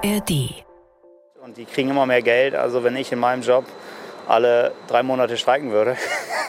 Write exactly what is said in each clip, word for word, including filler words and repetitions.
R D. Und die kriegen immer mehr Geld. Also wenn ich in meinem Job alle drei Monate streiken würde.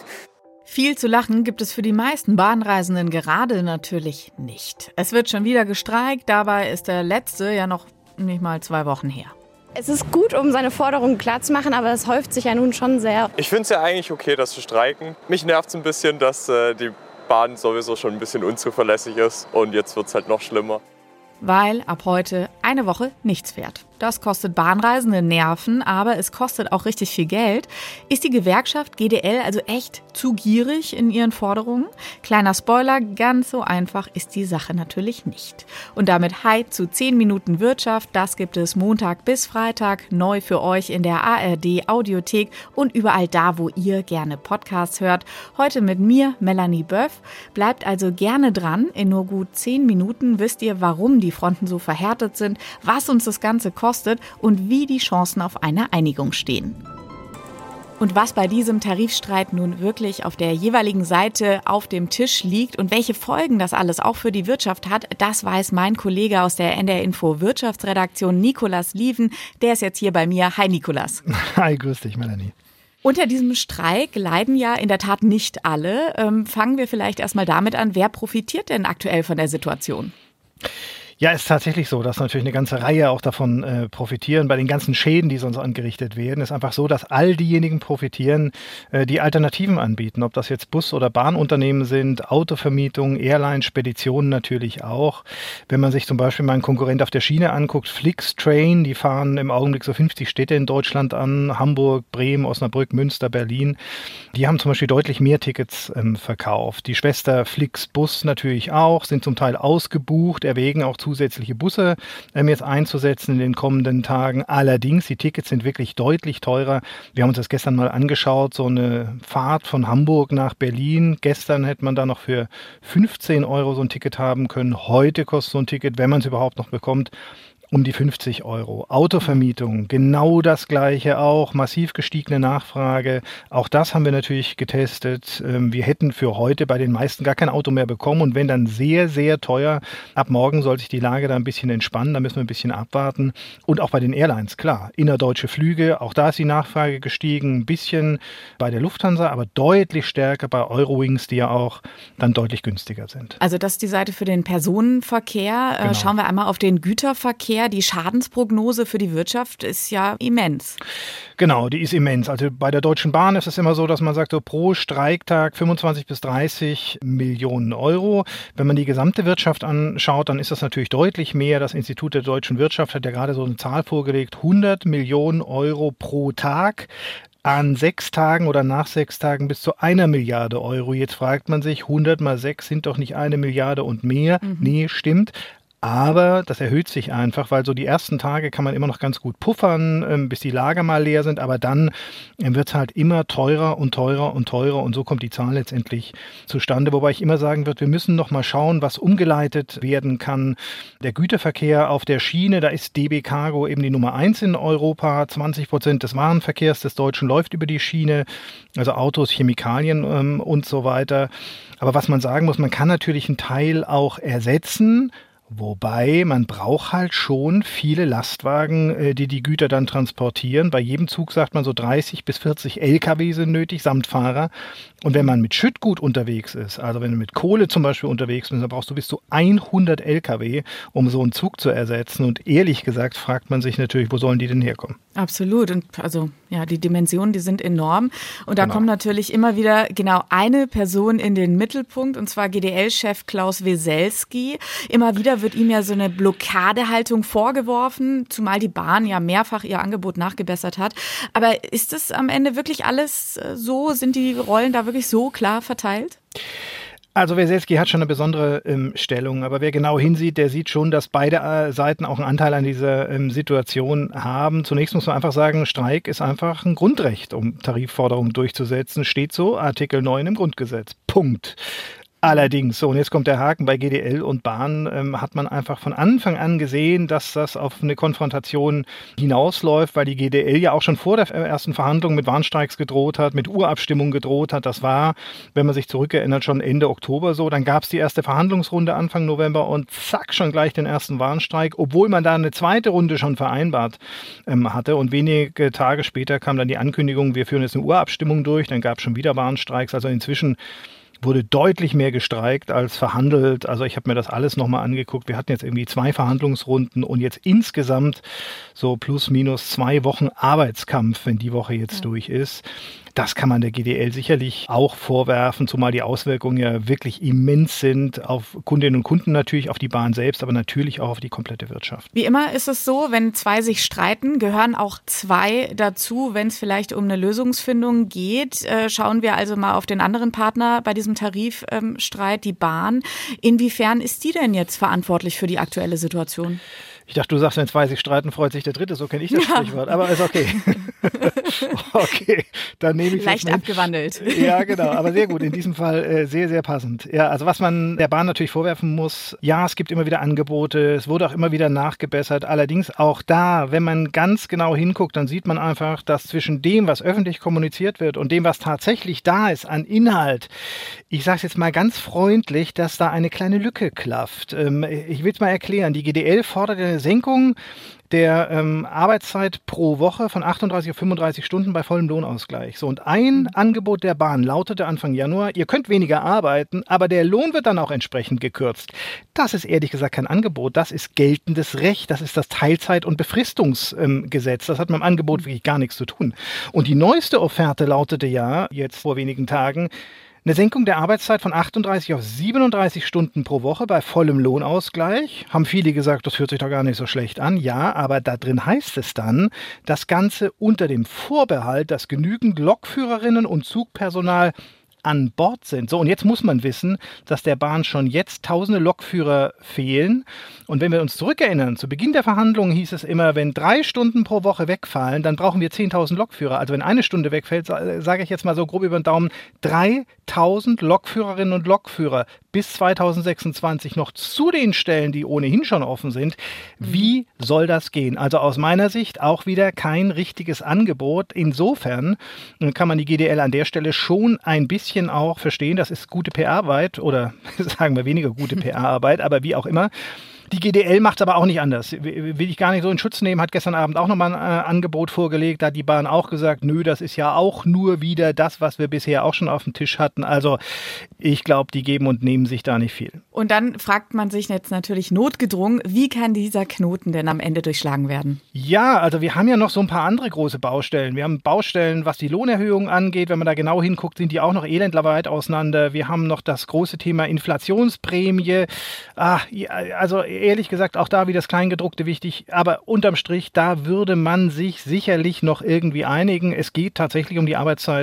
Viel zu lachen gibt es für die meisten Bahnreisenden gerade natürlich nicht. Es wird schon wieder gestreikt, dabei ist der letzte ja noch nicht mal zwei Wochen her. Es ist gut, um seine Forderungen klarzumachen, aber es häuft sich ja nun schon sehr. Ich finde es ja eigentlich okay, dass sie streiken. Mich nervt es ein bisschen, dass äh, die Bahn sowieso schon ein bisschen unzuverlässig ist und jetzt wird es halt noch schlimmer. Weil ab heute eine Woche nichts fährt. Das kostet Bahnreisende Nerven, aber es kostet auch richtig viel Geld. Ist die Gewerkschaft G D L also echt zu gierig in ihren Forderungen? Kleiner Spoiler, ganz so einfach ist die Sache natürlich nicht. Und damit hi zu zehn Minuten Wirtschaft. Das gibt es Montag bis Freitag neu für euch in der A R D Audiothek und überall da, wo ihr gerne Podcasts hört. Heute mit mir, Melanie Böff. Bleibt also gerne dran. In nur gut zehn Minuten wisst ihr, warum die Fronten so verhärtet sind, was uns das Ganze kostet und wie die Chancen auf eine Einigung stehen. Und was bei diesem Tarifstreit nun wirklich auf der jeweiligen Seite auf dem Tisch liegt und welche Folgen das alles auch für die Wirtschaft hat, das weiß mein Kollege aus der N D R Info Wirtschaftsredaktion, Nicolas Lieven. Der ist jetzt hier bei mir. Hi Nicolas. Hi, grüß dich Melanie. Unter diesem Streik leiden ja in der Tat nicht alle. Ähm, fangen wir vielleicht erstmal damit an, wer profitiert denn aktuell von der Situation? Ja, ist tatsächlich so, dass natürlich eine ganze Reihe auch davon äh, profitieren. Bei den ganzen Schäden, die sonst angerichtet werden, ist einfach so, dass all diejenigen profitieren, äh, die Alternativen anbieten. Ob das jetzt Bus- oder Bahnunternehmen sind, Autovermietung, Airlines, Speditionen natürlich auch. Wenn man sich zum Beispiel mal einen Konkurrent auf der Schiene anguckt, Flixtrain, die fahren im Augenblick so fünfzig Städte in Deutschland an, Hamburg, Bremen, Osnabrück, Münster, Berlin. Die haben zum Beispiel deutlich mehr Tickets ähm, verkauft. Die Schwester Flixbus natürlich auch, sind zum Teil ausgebucht, erwägen auch zusätzliche Busse ähm, jetzt einzusetzen in den kommenden Tagen. Allerdings, die Tickets sind wirklich deutlich teurer. Wir haben uns das gestern mal angeschaut, so eine Fahrt von Hamburg nach Berlin. Gestern hätte man da noch für fünfzehn Euro so ein Ticket haben können. Heute kostet so ein Ticket, wenn man es überhaupt noch bekommt, um die fünfzig Euro. Autovermietung, genau das Gleiche auch. Massiv gestiegene Nachfrage. Auch das haben wir natürlich getestet. Wir hätten für heute bei den meisten gar kein Auto mehr bekommen. Und wenn dann sehr, sehr teuer. Ab morgen soll sich die Lage da ein bisschen entspannen. Da müssen wir ein bisschen abwarten. Und auch bei den Airlines, klar. Innerdeutsche Flüge, auch da ist die Nachfrage gestiegen. Ein bisschen bei der Lufthansa, aber deutlich stärker bei Eurowings, die ja auch dann deutlich günstiger sind. Also das ist die Seite für den Personenverkehr. Genau. Schauen wir einmal auf den Güterverkehr. Die Schadensprognose für die Wirtschaft ist ja immens. Genau, die ist immens. Also bei der Deutschen Bahn ist es immer so, dass man sagt, so pro Streiktag fünfundzwanzig bis dreißig Millionen Euro. Wenn man die gesamte Wirtschaft anschaut, dann ist das natürlich deutlich mehr. Das Institut der deutschen Wirtschaft hat ja gerade so eine Zahl vorgelegt, hundert Millionen Euro pro Tag. An sechs Tagen oder nach sechs Tagen bis zu einer Milliarde Euro. Jetzt fragt man sich, hundert mal sechs sind doch nicht eine Milliarde und mehr. Mhm. Nee, stimmt. Aber das erhöht sich einfach, weil so die ersten Tage kann man immer noch ganz gut puffern, ähm, bis die Lager mal leer sind. Aber dann ähm, wird es halt immer teurer und teurer und teurer. Und so kommt die Zahl letztendlich zustande. Wobei ich immer sagen würde, wir müssen noch mal schauen, was umgeleitet werden kann. Der Güterverkehr auf der Schiene, da ist D B Cargo eben die Nummer eins in Europa. zwanzig Prozent des Warenverkehrs des Deutschen läuft über die Schiene. Also Autos, Chemikalien ähm, und so weiter. Aber was man sagen muss, man kann natürlich einen Teil auch ersetzen. Wobei, man braucht halt schon viele Lastwagen, die die Güter dann transportieren. Bei jedem Zug sagt man so dreißig bis vierzig L K W sind nötig, samt Fahrer. Und wenn man mit Schüttgut unterwegs ist, also wenn du mit Kohle zum Beispiel unterwegs bist, dann brauchst du bis zu hundert L K W, um so einen Zug zu ersetzen. Und ehrlich gesagt fragt man sich natürlich, wo sollen die denn herkommen? Absolut. Und also ja, die Dimensionen, die sind enorm. Und da Genau. kommt natürlich immer wieder genau eine Person in den Mittelpunkt, und zwar G D L-Chef Klaus Weselski. Immer wieder wird ihm ja so eine Blockadehaltung vorgeworfen, zumal die Bahn ja mehrfach ihr Angebot nachgebessert hat. Aber ist es am Ende wirklich alles so? Sind die Rollen da wirklich so klar verteilt? Also Weselski hat schon eine besondere ähm, Stellung, aber wer genau hinsieht, der sieht schon, dass beide äh, Seiten auch einen Anteil an dieser ähm, Situation haben. Zunächst muss man einfach sagen, Streik ist einfach ein Grundrecht, um Tarifforderungen durchzusetzen. Steht so, Artikel neun im Grundgesetz. Punkt. Allerdings, so und jetzt kommt der Haken, bei G D L und Bahn ähm, hat man einfach von Anfang an gesehen, dass das auf eine Konfrontation hinausläuft, weil die G D L ja auch schon vor der ersten Verhandlung mit Warnstreiks gedroht hat, mit Urabstimmung gedroht hat. Das war, wenn man sich zurückerinnert, schon Ende Oktober so. Dann gab es die erste Verhandlungsrunde Anfang November und zack, schon gleich den ersten Warnstreik, obwohl man da eine zweite Runde schon vereinbart ähm, hatte. Und wenige Tage später kam dann die Ankündigung, wir führen jetzt eine Urabstimmung durch. Dann gab es schon wieder Warnstreiks. Also inzwischen wurde deutlich mehr gestreikt als verhandelt. Also ich habe mir das alles nochmal angeguckt. Wir hatten jetzt irgendwie zwei Verhandlungsrunden und jetzt insgesamt so plus minus zwei Wochen Arbeitskampf, wenn die Woche jetzt ja. durch ist. Das kann man der G D L sicherlich auch vorwerfen, zumal die Auswirkungen ja wirklich immens sind auf Kundinnen und Kunden natürlich, auf die Bahn selbst, aber natürlich auch auf die komplette Wirtschaft. Wie immer ist es so, wenn zwei sich streiten, gehören auch zwei dazu, wenn es vielleicht um eine Lösungsfindung geht. Äh, schauen wir also mal auf den anderen Partner bei diesem Tarifstreit, die Bahn. Inwiefern ist die denn jetzt verantwortlich für die aktuelle Situation? Ich dachte, du sagst, wenn zwei sich streiten, freut sich der Dritte. So kenne ich das ja. Sprichwort. Aber ist okay. okay, dann nehme ich Leicht das abgewandelt. Ja, genau. Aber sehr gut. In diesem Fall äh, sehr, sehr passend. Ja, also was man der Bahn natürlich vorwerfen muss, ja, es gibt immer wieder Angebote. Es wurde auch immer wieder nachgebessert. Allerdings auch da, wenn man ganz genau hinguckt, dann sieht man einfach, dass zwischen dem, was öffentlich kommuniziert wird und dem, was tatsächlich da ist an Inhalt, ich sage es jetzt mal ganz freundlich, dass da eine kleine Lücke klafft. Ähm, ich will es mal erklären. Die G D L fordert eine Senkung der ähm, Arbeitszeit pro Woche von achtunddreißig auf fünfunddreißig Stunden bei vollem Lohnausgleich. So, und ein Angebot der Bahn lautete Anfang Januar, ihr könnt weniger arbeiten, aber der Lohn wird dann auch entsprechend gekürzt. Das ist ehrlich gesagt kein Angebot, das ist geltendes Recht, das ist das Teilzeit- und Befristungsgesetz. Das hat mit dem Angebot wirklich gar nichts zu tun. Und die neueste Offerte lautete ja, jetzt vor wenigen Tagen, eine Senkung der Arbeitszeit von achtunddreißig auf siebenunddreißig Stunden pro Woche bei vollem Lohnausgleich. Haben viele gesagt, das hört sich doch gar nicht so schlecht an. Ja, aber da drin heißt es dann, das Ganze unter dem Vorbehalt, dass genügend Lokführerinnen und Zugpersonal an Bord sind. So, und jetzt muss man wissen, dass der Bahn schon jetzt tausende Lokführer fehlen. Und wenn wir uns zurückerinnern, zu Beginn der Verhandlungen hieß es immer, wenn drei Stunden pro Woche wegfallen, dann brauchen wir zehntausend Lokführer. Also wenn eine Stunde wegfällt, sage ich jetzt mal so grob über den Daumen, dreitausend Lokführerinnen und Lokführer bis zweitausendsechsundzwanzig noch zu den Stellen, die ohnehin schon offen sind. Wie soll das gehen? Also aus meiner Sicht auch wieder kein richtiges Angebot. Insofern kann man die G D L an der Stelle schon ein bisschen auch verstehen. Das ist gute P R-Arbeit oder sagen wir weniger gute P R-Arbeit, aber wie auch immer. Die G D L macht es aber auch nicht anders. Will ich gar nicht so in Schutz nehmen, hat gestern Abend auch nochmal ein äh, Angebot vorgelegt. Da hat die Bahn auch gesagt, nö, das ist ja auch nur wieder das, was wir bisher auch schon auf dem Tisch hatten. Also ich glaube, die geben und nehmen sich da nicht viel. Und dann fragt man sich jetzt natürlich notgedrungen, wie kann dieser Knoten denn am Ende durchschlagen werden? Ja, also wir haben ja noch so ein paar andere große Baustellen. Wir haben Baustellen, was die Lohnerhöhung angeht. Wenn man da genau hinguckt, sind die auch noch elendlerweit auseinander. Wir haben noch das große Thema Inflationsprämie. Ah, ja, also ehrlich gesagt, auch da wie das Kleingedruckte wichtig, aber unterm Strich, da würde man sich sicherlich noch irgendwie einigen. Es geht tatsächlich um die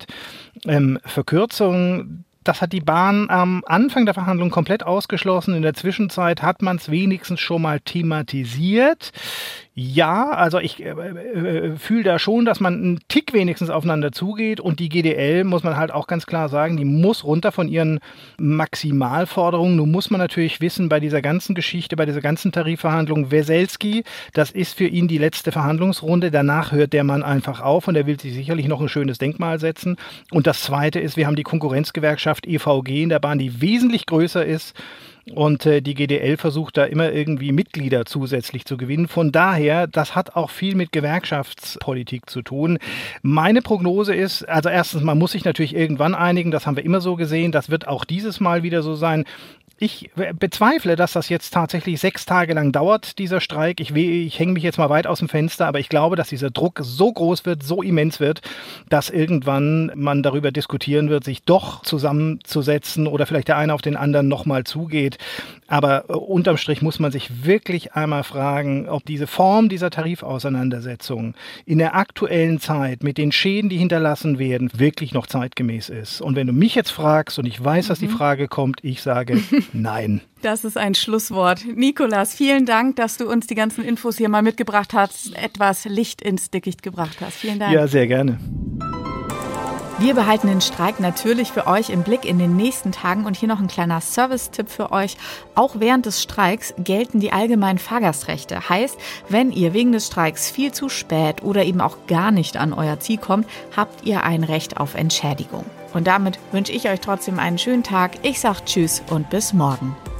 Arbeitszeitverkürzung. Ähm, Das hat die Bahn am Anfang der Verhandlung komplett ausgeschlossen. In der Zwischenzeit hat man es wenigstens schon mal thematisiert. Ja, also ich äh, äh, fühle da schon, dass man einen Tick wenigstens aufeinander zugeht und die G D L, muss man halt auch ganz klar sagen, die muss runter von ihren Maximalforderungen. Nun muss man natürlich wissen, bei dieser ganzen Geschichte, bei dieser ganzen Tarifverhandlung, Weselski, das ist für ihn die letzte Verhandlungsrunde. Danach hört der Mann einfach auf und er will sich sicherlich noch ein schönes Denkmal setzen. Und das Zweite ist, wir haben die Konkurrenzgewerkschaft E V G in der Bahn, die wesentlich größer ist. Und äh, die G D L versucht da immer irgendwie Mitglieder zusätzlich zu gewinnen. Von daher, das hat auch viel mit Gewerkschaftspolitik zu tun. Meine Prognose ist, also erstens, man muss sich natürlich irgendwann einigen. Das haben wir immer so gesehen. Das wird auch dieses Mal wieder so sein. Ich bezweifle, dass das jetzt tatsächlich sechs Tage lang dauert, dieser Streik. Ich, ich hänge mich jetzt mal weit aus dem Fenster, aber ich glaube, dass dieser Druck so groß wird, so immens wird, dass irgendwann man darüber diskutieren wird, sich doch zusammenzusetzen oder vielleicht der eine auf den anderen nochmal zugeht. Aber unterm Strich muss man sich wirklich einmal fragen, ob diese Form dieser Tarifauseinandersetzung in der aktuellen Zeit mit den Schäden, die hinterlassen werden, wirklich noch zeitgemäß ist. Und wenn du mich jetzt fragst und ich weiß, dass die Frage kommt, ich sage nein. Das ist ein Schlusswort. Nicolas, vielen Dank, dass du uns die ganzen Infos hier mal mitgebracht hast, etwas Licht ins Dickicht gebracht hast. Vielen Dank. Ja, sehr gerne. Wir behalten den Streik natürlich für euch im Blick in den nächsten Tagen und hier noch ein kleiner Service-Tipp für euch. Auch während des Streiks gelten die allgemeinen Fahrgastrechte. Heißt, wenn ihr wegen des Streiks viel zu spät oder eben auch gar nicht an euer Ziel kommt, habt ihr ein Recht auf Entschädigung. Und damit wünsche ich euch trotzdem einen schönen Tag. Ich sage Tschüss und bis morgen.